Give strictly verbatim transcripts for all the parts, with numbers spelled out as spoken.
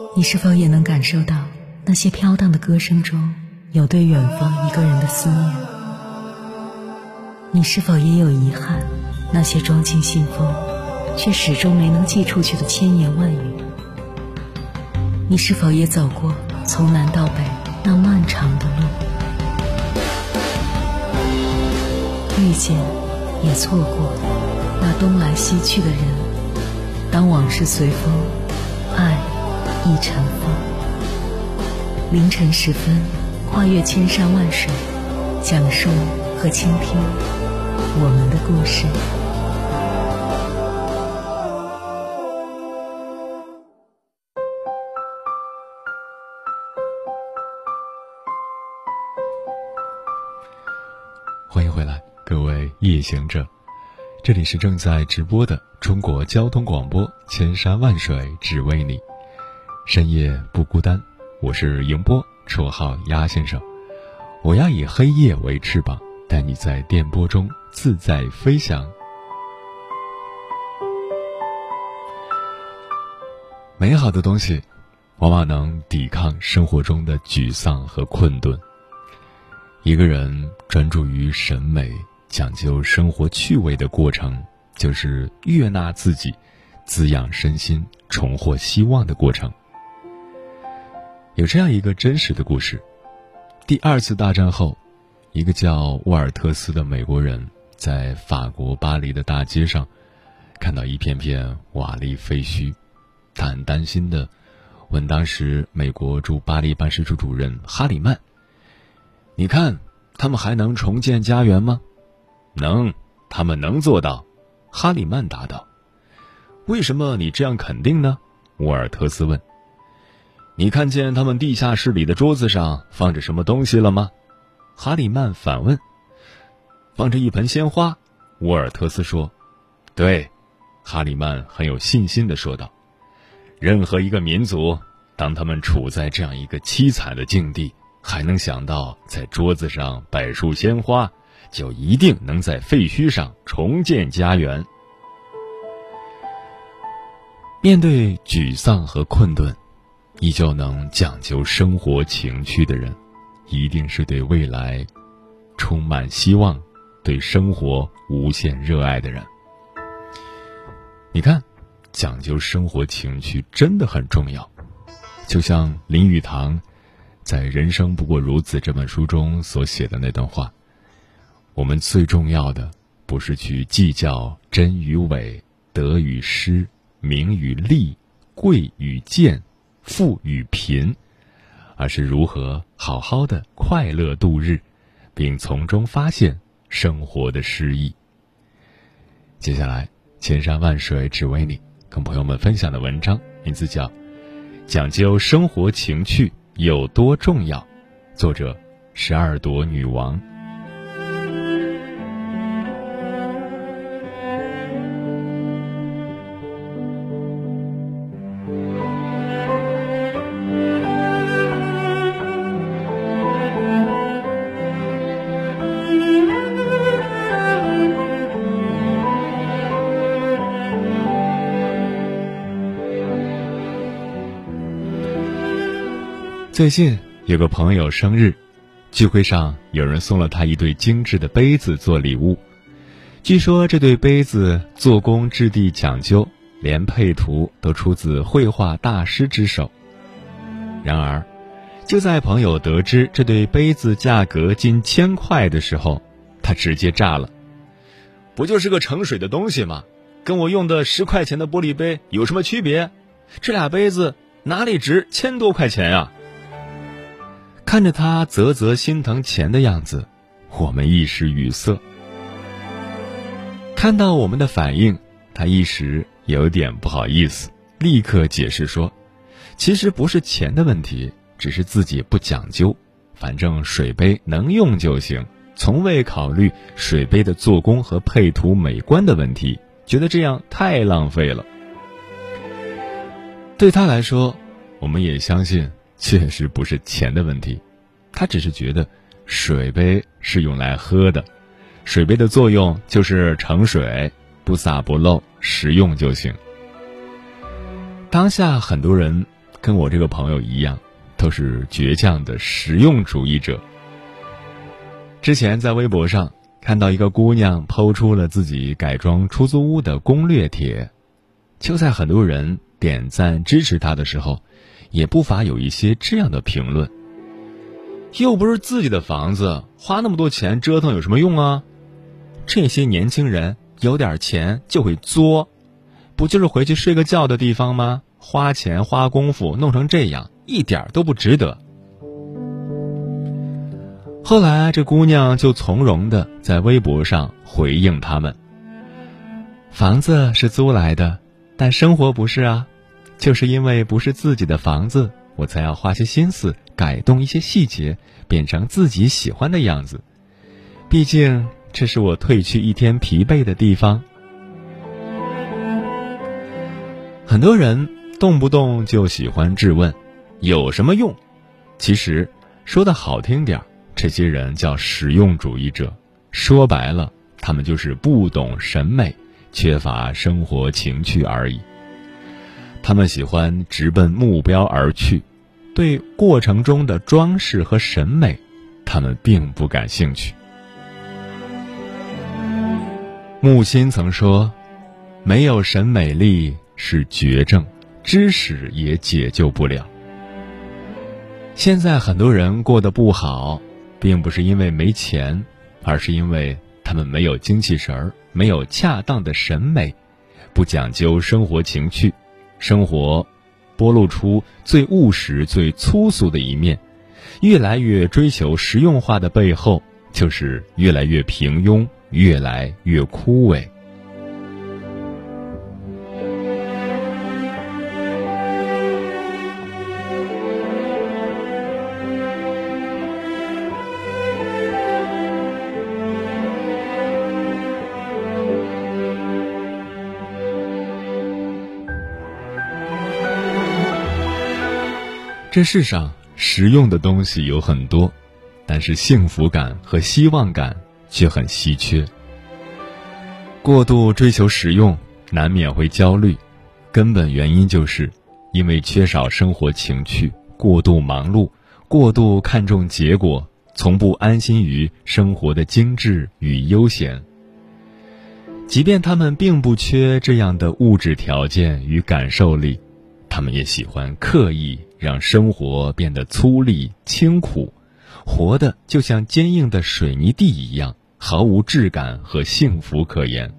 你是否也能感受到那些飘荡的歌声中有对远方一个人的思念？你是否也有遗憾，那些装进信封却始终没能寄出去的千言万语？你是否也走过从南到北那漫长的路？遇见也错过那东来西去的人，当往事随风，爱亦尘封。凌晨时分，跨越千山万水，讲述和倾听我们的故事。 欢迎回来，各位夜行者，这里是正在直播的中国交通广播，千山万水只为你，深夜不孤单。我是迎波，绰号鸭先生。我要以黑夜为翅膀，带你在电波中自在飞翔。美好的东西往往能抵抗生活中的沮丧和困顿。一个人专注于审美，讲究生活趣味的过程，就是悦纳自己，滋养身心，重获希望的过程。有这样一个真实的故事，第二次大战后，一个叫沃尔特斯的美国人在法国巴黎的大街上看到一片片瓦砾废墟，他很担心地问当时美国驻巴黎办事处主任哈里曼，你看他们还能重建家园吗？能，他们能做到，哈里曼答道。为什么你这样肯定呢？沃尔特斯问。你看见他们地下室里的桌子上放着什么东西了吗？哈里曼反问。放着一盆鲜花，沃尔特斯说。对，哈里曼很有信心地说道。任何一个民族，当他们处在这样一个凄惨的境地，还能想到在桌子上摆束鲜花，就一定能在废墟上重建家园。面对沮丧和困顿，依旧能讲究生活情趣的人，一定是对未来充满希望，对生活无限热爱的人。你看，讲究生活情趣真的很重要。就像林语堂在《人生不过如此》这本书中所写的那段话，我们最重要的不是去计较真与伪，得与失，名与利，贵与贱，富与贫，而是如何好好的快乐度日，并从中发现生活的诗意。接下来，千山万水只为你，跟朋友们分享的文章名字叫《讲究生活情趣有多重要》，作者十二朵女王。最近有个朋友生日，聚会上有人送了他一对精致的杯子做礼物。据说这对杯子做工质地讲究，连配图都出自绘画大师之手。然而，就在朋友得知这对杯子价格近千块的时候，他直接炸了。不就是个盛水的东西吗？跟我用的十块钱的玻璃杯有什么区别？这俩杯子哪里值千多块钱啊？看着他啧啧心疼钱的样子，我们一时语塞。看到我们的反应，他一时有点不好意思，立刻解释说，其实不是钱的问题，只是自己不讲究，反正水杯能用就行，从未考虑水杯的做工和配图美观的问题，觉得这样太浪费了。对他来说，我们也相信确实不是钱的问题，他只是觉得水杯是用来喝的，水杯的作用就是盛水，不洒不漏，实用就行。当下很多人跟我这个朋友一样，都是倔强的实用主义者。之前在微博上看到一个姑娘抛出了自己改装出租屋的攻略帖，就在很多人点赞支持她的时候，也不乏有一些这样的评论：又不是自己的房子，花那么多钱折腾有什么用啊？这些年轻人有点钱就会作，不就是回去睡个觉的地方吗？花钱花功夫弄成这样，一点都不值得。后来这姑娘就从容地在微博上回应他们：房子是租来的，但生活不是啊，就是因为不是自己的房子，我才要花些心思改动一些细节，变成自己喜欢的样子。毕竟这是我褪去一天疲惫的地方。很多人动不动就喜欢质问有什么用，其实说的好听点，这些人叫实用主义者，说白了他们就是不懂审美，缺乏生活情趣而已。他们喜欢直奔目标而去，对过程中的装饰和审美他们并不感兴趣。木心曾说，没有审美力是绝症，知识也解救不了。现在很多人过得不好，并不是因为没钱，而是因为他们没有精气神儿，没有恰当的审美，不讲究生活情趣，生活剥露出最务实最粗俗的一面，越来越追求实用化的背后，就是越来越平庸，越来越枯萎。这世上实用的东西有很多，但是幸福感和希望感却很稀缺。过度追求实用，难免会焦虑，根本原因就是因为缺少生活情趣，过度忙碌，过度看重结果，从不安心于生活的精致与悠闲。即便他们并不缺这样的物质条件与感受力，他们也喜欢刻意让生活变得粗粝清苦，活得就像坚硬的水泥地一样，毫无质感和幸福可言。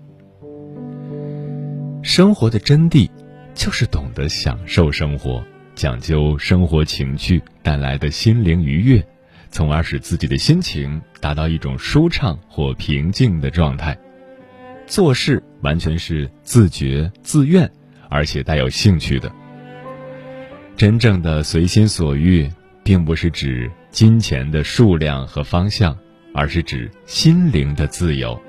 生活的真谛就是懂得享受生活，讲究生活情趣带来的心灵愉悦，从而使自己的心情达到一种舒畅或平静的状态。做事完全是自觉自愿，而且带有兴趣的。真正的随心所欲，并不是指金钱的数量和方向，而是指心灵的自由。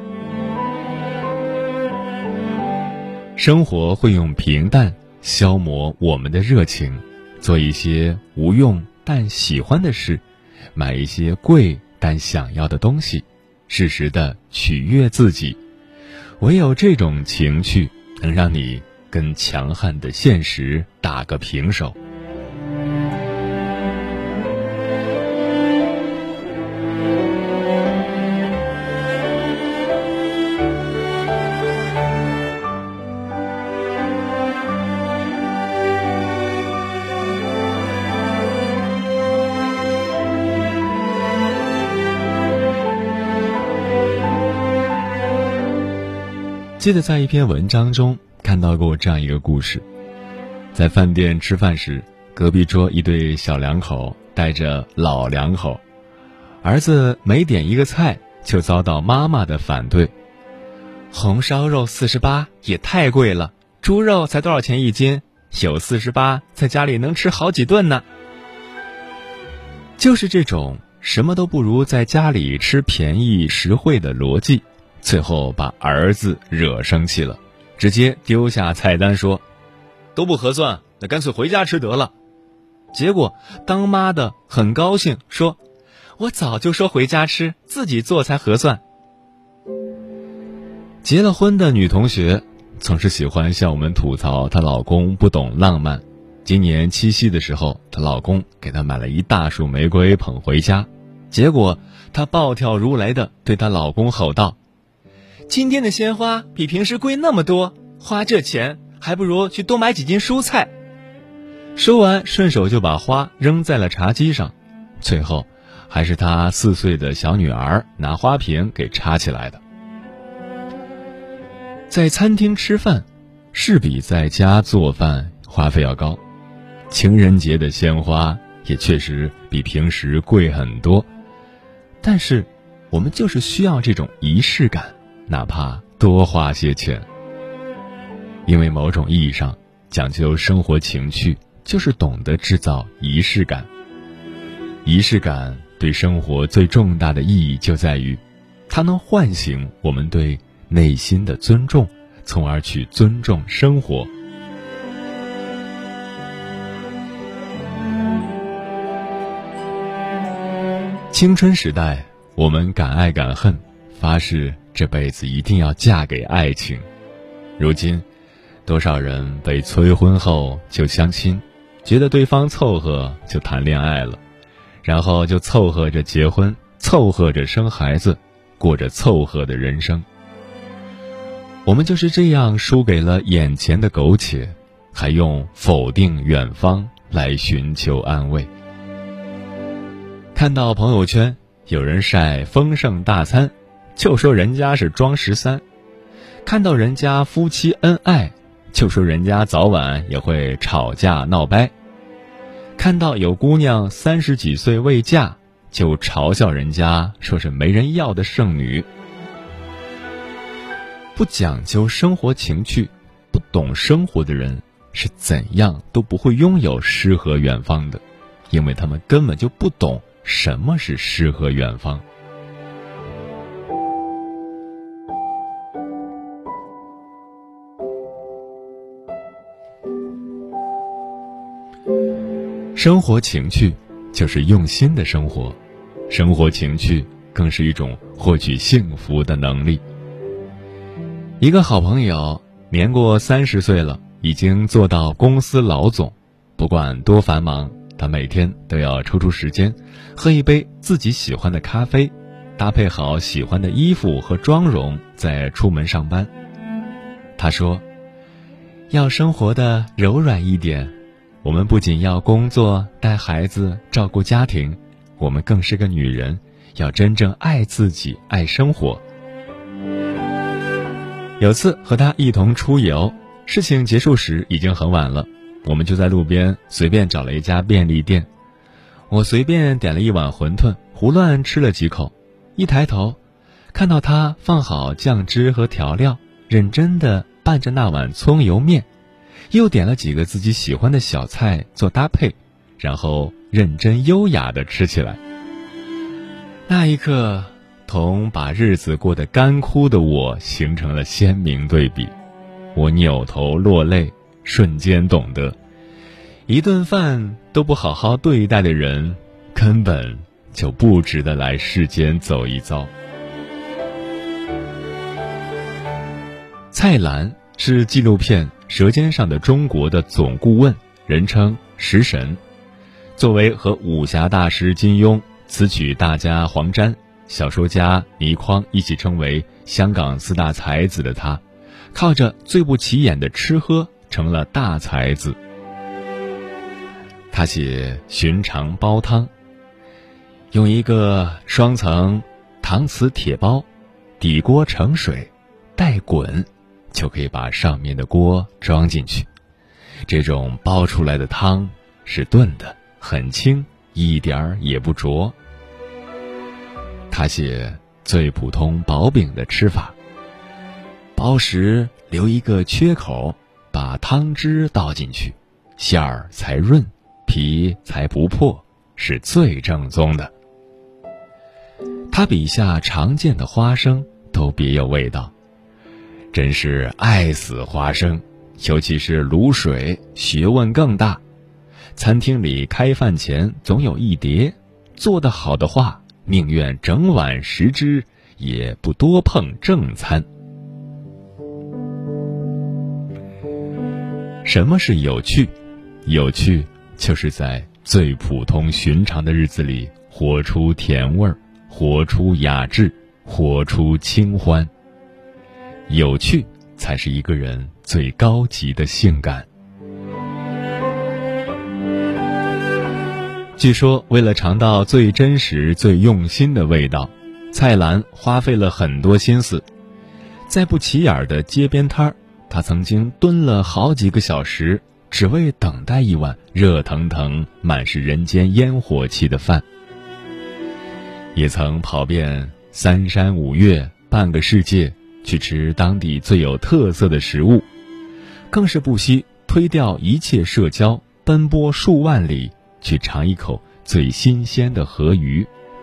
生活会用平淡消磨我们的热情，做一些无用但喜欢的事，买一些贵但想要的东西，适时的取悦自己。唯有这种情趣，能让你跟强悍的现实打个平手。记得在一篇文章中看到过这样一个故事，在饭店吃饭时，隔壁桌一对小两口带着老两口，儿子每点一个菜就遭到妈妈的反对。红烧肉四十八也太贵了，猪肉才多少钱一斤？有四十八在家里能吃好几顿呢。就是这种什么都不如在家里吃便宜实惠的逻辑，最后把儿子惹生气了，直接丢下菜单说，都不合算，那干脆回家吃得了。结果当妈的很高兴，说，我早就说回家吃，自己做才合算。结了婚的女同学总是喜欢向我们吐槽她老公不懂浪漫， 今年七夕的时候，她老公给她买了一大束玫瑰捧回家，结果她暴跳如雷地对她老公吼道：今天的鲜花比平时贵那么多，花这钱还不如去多买几斤蔬菜。说完顺手就把花扔在了茶几上，最后还是她四岁的小女儿拿花瓶给插起来的。在餐厅吃饭是比在家做饭花费要高，情人节的鲜花也确实比平时贵很多，但是我们就是需要这种仪式感，哪怕多花些钱。因为某种意义上，讲究生活情趣就是懂得制造仪式感。仪式感对生活最重大的意义就在于，它能唤醒我们对内心的尊重，从而去尊重生活。青春时代，我们敢爱敢恨，发誓这辈子一定要嫁给爱情。如今，多少人被催婚后就相亲，觉得对方凑合就谈恋爱了，然后就凑合着结婚，凑合着生孩子，过着凑合的人生。我们就是这样输给了眼前的苟且，还用否定远方来寻求安慰。看到朋友圈有人晒丰盛大餐，就说人家是装十三；看到人家夫妻恩爱，就说人家早晚也会吵架闹掰；看到有姑娘三十几岁未嫁，就嘲笑人家说是没人要的剩女。不讲究生活情趣，不懂生活的人是怎样都不会拥有诗和远方的，因为他们根本就不懂什么是诗和远方。生活情趣就是用心的生活，生活情趣更是一种获取幸福的能力。一个好朋友年过三十岁了，已经做到公司老总，不管多繁忙，他每天都要抽出时间喝一杯自己喜欢的咖啡，搭配好喜欢的衣服和妆容再出门上班。他说，要生活的柔软一点，我们不仅要工作带孩子照顾家庭，我们更是个女人，要真正爱自己爱生活。有次和他一同出游，事情结束时已经很晚了，我们就在路边随便找了一家便利店，我随便点了一碗馄饨，胡乱吃了几口，一抬头看到他放好酱汁和调料，认真地拌着那碗葱油面，又点了几个自己喜欢的小菜做搭配，然后认真优雅地吃起来。那一刻，同把日子过得干枯的我形成了鲜明对比。我扭头落泪，瞬间懂得，一顿饭都不好好对待的人，根本就不值得来世间走一遭。蔡澜是纪录片《舌尖上的中国》的总顾问，人称食神。作为和武侠大师金庸、词曲大家黄沾、小说家倪匡一起称为香港四大才子的他，靠着最不起眼的吃喝成了大才子。他写寻常煲汤，用一个双层搪瓷铁煲，底锅盛水，待滚，就可以把上面的锅装进去。这种煲出来的汤是炖的，很清，一点儿也不浊。他写最普通薄饼的吃法，煲时留一个缺口，把汤汁倒进去，馅儿才润，皮才不破，是最正宗的。他笔下常见的花生都别有味道，真是爱死花生，尤其是卤水，学问更大。餐厅里开饭前总有一碟，做得好的话，宁愿整碗食之，也不多碰正餐。什么是有趣？ 有趣就是在最普通寻常的日子里活出甜味儿，活出雅致，活出清欢。有趣才是一个人最高级的性感。据说为了尝到最真实最用心的味道，蔡澜花费了很多心思。在不起眼的街边摊儿，他曾经蹲了好几个小时，只为等待一碗热腾腾满是人间烟火气的饭。也曾跑遍三山五岳半个世界去吃当地最有特色的食物，更是不惜推掉一切社交，奔波数万里去尝一口最新鲜的河鱼。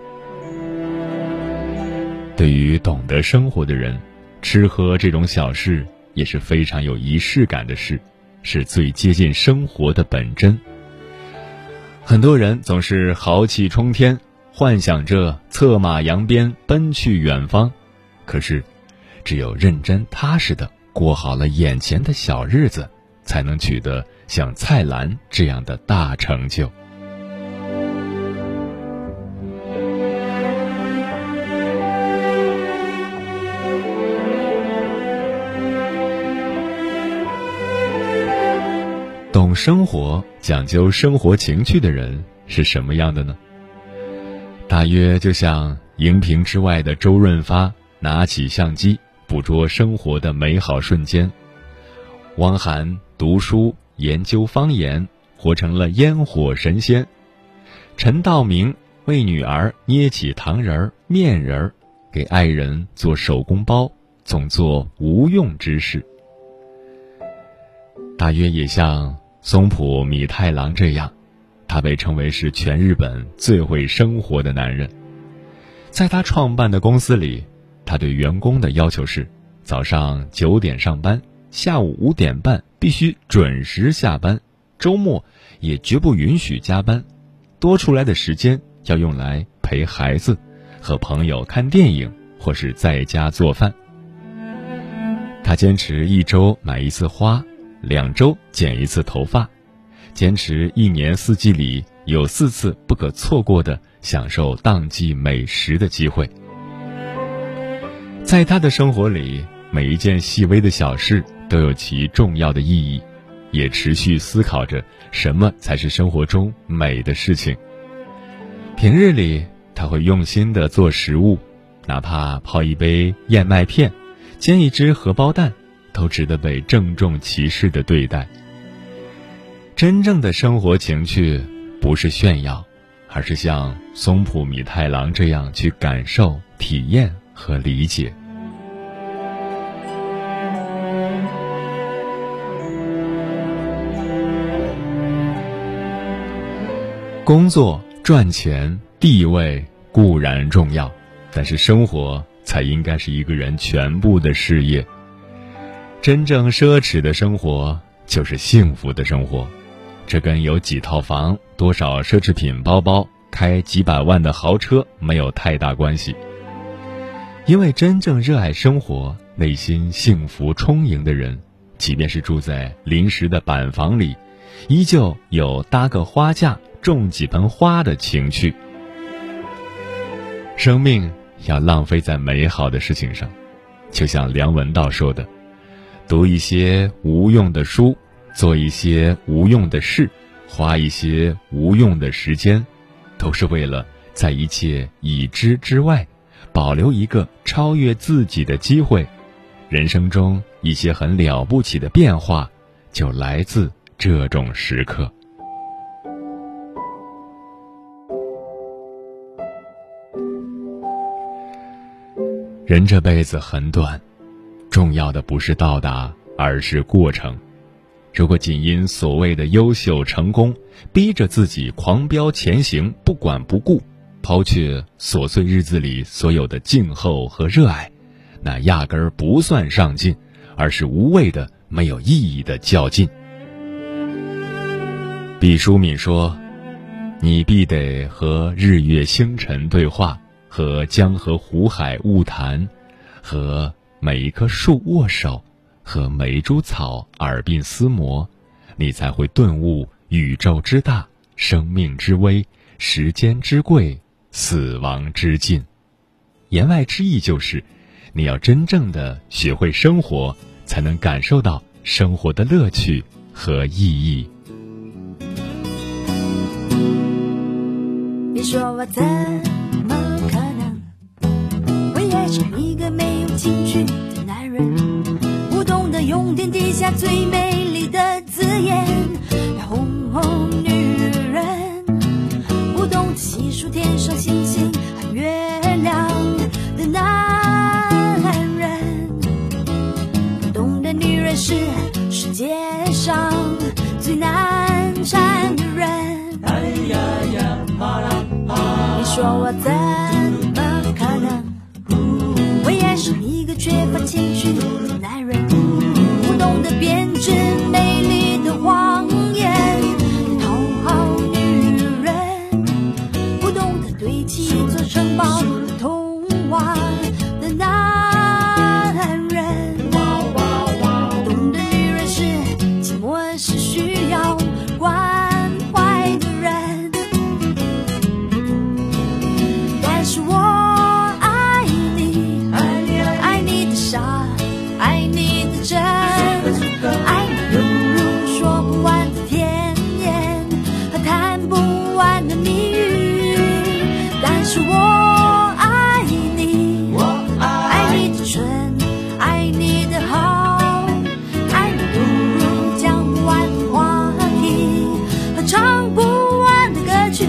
对于懂得生活的人，吃喝这种小事也是非常有仪式感的事，是最接近生活的本真。很多人总是豪气冲天，幻想着策马扬鞭奔去远方，可是只有认真踏实的过好了眼前的小日子，才能取得像蔡澜这样的大成就。懂生活、讲究生活情趣的人是什么样的呢？大约就像荧屏之外的周润发拿起相机捕捉生活的美好瞬间，汪涵读书研究方言，活成了烟火神仙，陈道明为女儿捏起糖人儿、面人儿，给爱人做手工包，总做无用之事。大约也像松浦弥太郎这样，他被称为是全日本最会生活的男人。在他创办的公司里，他对员工的要求是早上九点上班，下午五点半必须准时下班，周末也绝不允许加班，多出来的时间要用来陪孩子、和朋友看电影或是在家做饭。他坚持一周买一次花，两周剪一次头发，坚持一年四季里有四次不可错过的享受当季美食的机会。在他的生活里，每一件细微的小事都有其重要的意义，也持续思考着什么才是生活中美的事情。平日里他会用心地做食物，哪怕泡一杯燕麦片，煎一只荷包蛋，都值得被郑重其事地对待。真正的生活情趣不是炫耀，而是像松浦弥太郎这样去感受、体验和理解。工作、赚钱、地位固然重要，但是生活才应该是一个人全部的事业。真正奢侈的生活就是幸福的生活，这跟有几套房、多少奢侈品包包、开几百万的豪车没有太大关系。因为真正热爱生活、内心幸福充盈的人，即便是住在临时的板房里，依旧有搭个花架、种几盆花的情趣。生命要浪费在美好的事情上，就像梁文道说的，读一些无用的书，做一些无用的事，花一些无用的时间，都是为了在一切已知之外，保留一个超越自己的机会。人生中一些很了不起的变化，就来自这种时刻。人这辈子很短，重要的不是到达，而是过程。如果仅因所谓的优秀成功，逼着自己狂飙前行，不管不顾，抛却琐碎日子里所有的静候和热爱，那压根儿不算上进，而是无谓的没有意义的较劲。毕淑敏说，你必得和日月星辰对话，和江河湖海物谈，和每一棵树握手，和每一株草耳鬓厮磨，你才会顿悟宇宙之大，生命之微，时间之贵，死亡之近。言外之意就是，你要真正的学会生活，才能感受到生活的乐趣和意义。 你说我怎么可能会爱上一个没有情趣的男人，不懂得用天底下最美丽的字眼来哄哄女人，不懂得细数天上星星和月亮的男人，不懂得女人是世界上最难缠的人。哎呀呀，啪啦啪！你说我怎么可能会爱上一个缺乏情趣的男人，不懂得编织美丽的谎言讨好女人，不懂得堆砌一座城堡的童话的男人，不懂得女人是寂寞是需要关怀的人。但是我爱你，爱你的傻，爱你的真，爱你犹如说不完的甜言和谈不完的蜜语。但是我爱你，爱你的纯，爱你的好，爱你犹如讲不完的话题和唱不完的歌曲。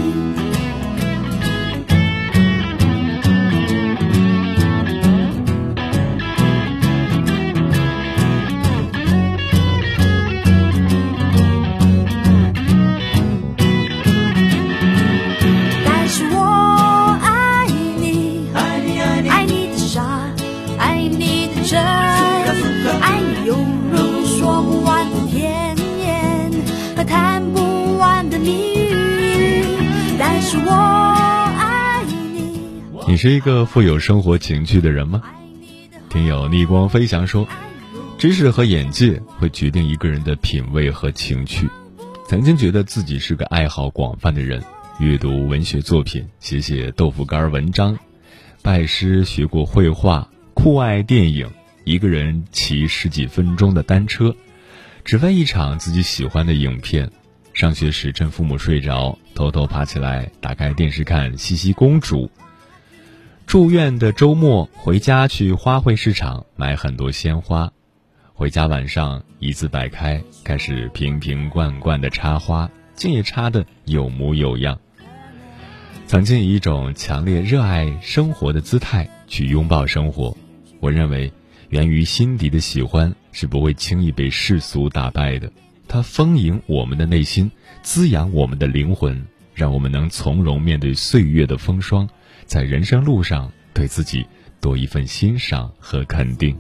但是我爱你，爱你的傻，爱你的真，爱你犹如说不完的甜言和谈不完的蜜语。但是我爱你。 你是一个富有生活情趣的人吗？听友逆光飞翔说，知识和眼界会决定一个人的品味和情趣。曾经觉得自己是个爱好广泛的人，阅读文学作品，写写豆腐干文章，拜师学过绘画，酷爱电影，一个人骑十几分钟的单车，只为一场自己喜欢的影片。上学时趁父母睡着，偷偷爬起来打开电视看《茜茜公主》。住院的周末回家去花卉市场买很多鲜花，回家晚上一字摆开，开始瓶瓶罐罐的插花，竟也插得有模有样。曾经以一种强烈热爱生活的姿态去拥抱生活，我认为源于心底的喜欢是不会轻易被世俗打败的，它丰盈我们的内心，滋养我们的灵魂，让我们能从容面对岁月的风霜，在人生路上对自己多一份欣赏和肯定。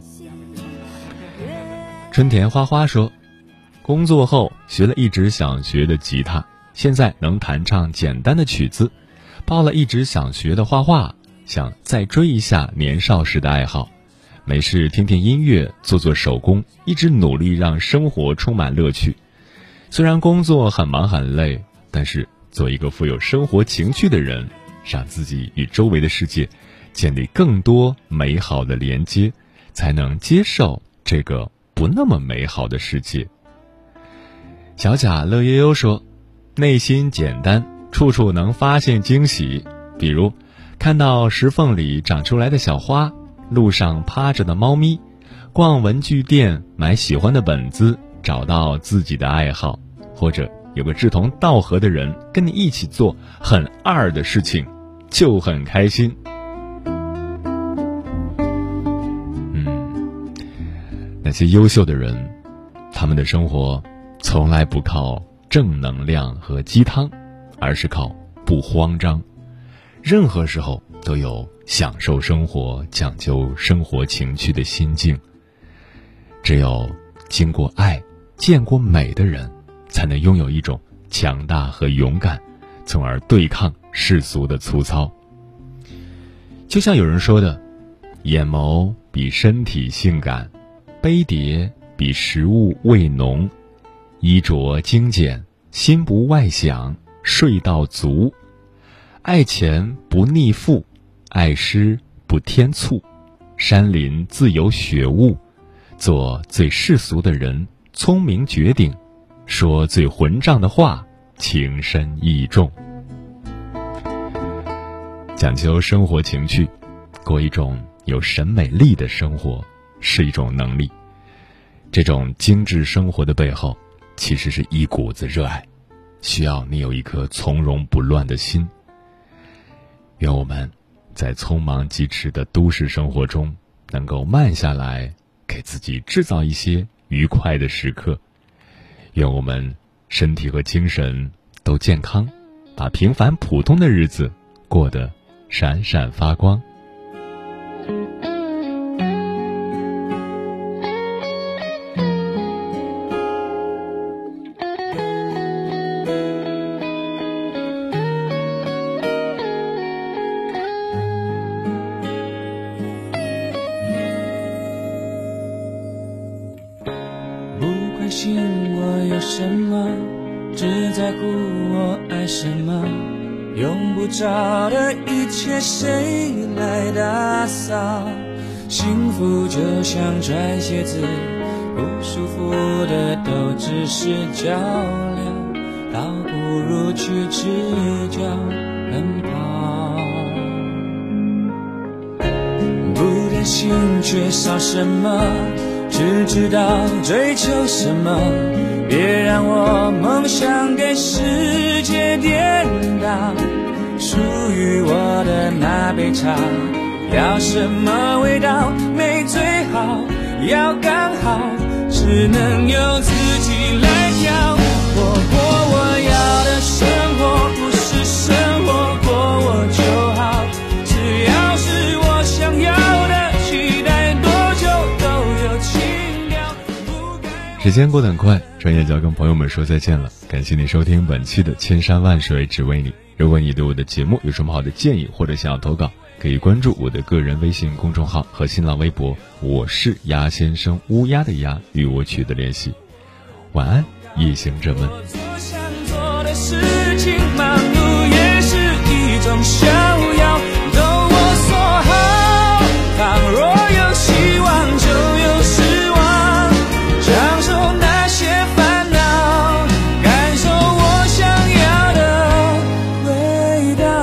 春田花花说，工作后学了一直想学的吉他，现在能弹唱简单的曲子，报了一直想学的画画，想再追一下年少时的爱好，没事听听音乐，做做手工，一直努力让生活充满乐趣。虽然工作很忙很累，但是做一个富有生活情趣的人，让自己与周围的世界建立更多美好的连接，才能接受这个不那么美好的世界。小贾乐悠悠说，内心简单，处处能发现惊喜，比如看到石缝里长出来的小花，路上趴着的猫咪，逛文具店买喜欢的本子，找到自己的爱好，或者有个志同道合的人跟你一起做很二的事情，就很开心。嗯，那些优秀的人，他们的生活从来不靠正能量和鸡汤，而是靠不慌张，任何时候都有享受生活、讲究生活情趣的心境。只有经过爱、见过美的人，才能拥有一种强大和勇敢，从而对抗世俗的粗糙。就像有人说的，眼眸比身体性感，杯碟比食物味浓，衣着精简， 心不外想，睡到足。爱钱不逆富，爱诗不添醋。山林自有雪雾，做最世俗的人，聪明绝顶；说最混账的话，情深意重。讲究生活情趣，过一种有审美力的生活，是一种能力。这种精致生活的背后，其实是一股子热爱，需要你有一颗从容不乱的心。愿我们在匆忙疾驰的都市生活中，能够慢下来，给自己制造一些愉快的时刻。愿我们身体和精神都健康，把平凡普通的日子过得闪闪发光。 信我有什么，只在乎我爱什么，用不着的一切谁来打扫？幸福就像穿鞋子，不舒服的都只是较量，倒不如去赤脚奔跑。不担心缺少什么，只知道追求什么，别让我梦想给世界颠倒。属于我的那杯茶，要什么味道没最好，要刚好，只能由自己来挑。我过我要的生活，不是生活过我就好，只要是我想要的，期待多久都有情调。 时间过得很快，转眼就要跟朋友们说再见了。感谢你收听本期的千山万水只为你。如果你对我的节目有什么好的建议，或者想要投稿，可以关注我的个人微信公众号和新浪微博，我是鸭先生，乌鸦的鸭，与我取得联系。晚安，夜行者们。 我做想做的事情，忙碌也是一种逍遥，都我所好。倘若有希望，就有失望，享受那些烦恼，感受我想要的味道。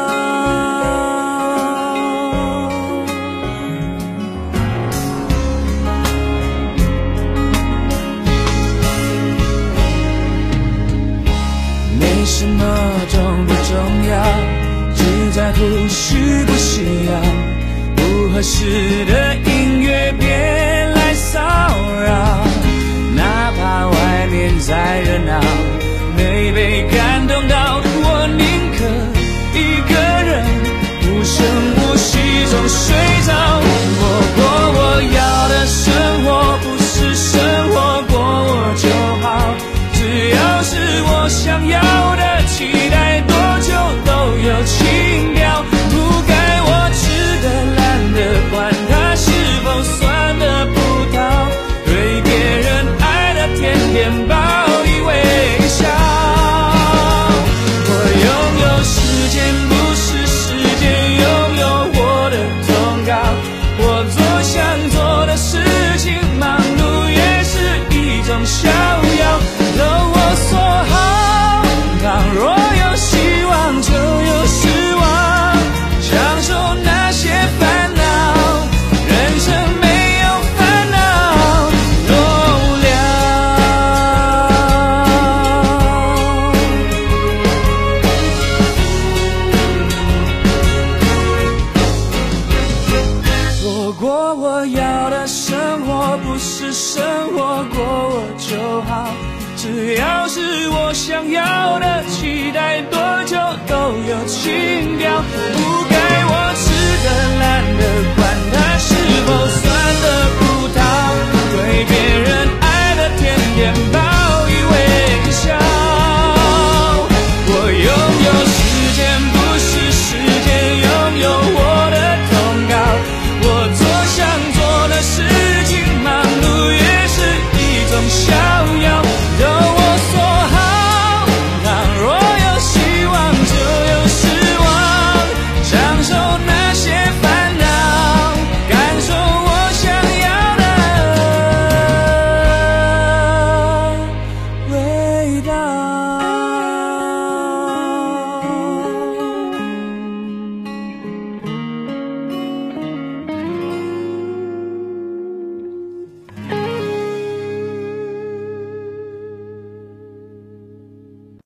没什么重不重要，只在乎需不需要，不合适的音乐别来骚扰，哪怕外面再热闹，没被感动到，我宁可一个人无声无息中睡着。我过我要的生活，不是生活过我就好，只要是我想要的，期待多久都有情调，不该我吃的懒的，管它是否酸的葡萄，对别人爱的甜甜报以微笑。我拥有时间，不是时间拥有我的忠告，我做想做的事情，忙碌也是一种逍遥，都我所好。倘若有希望，就有失望，享受那些烦恼，人生没有烦恼多无聊。做过我要的生活，不是生活过我就好，只要是我想要的，期待多久都有情调，不该我吃的懒的，管它是否酸的葡萄，对别人爱的甜甜吧。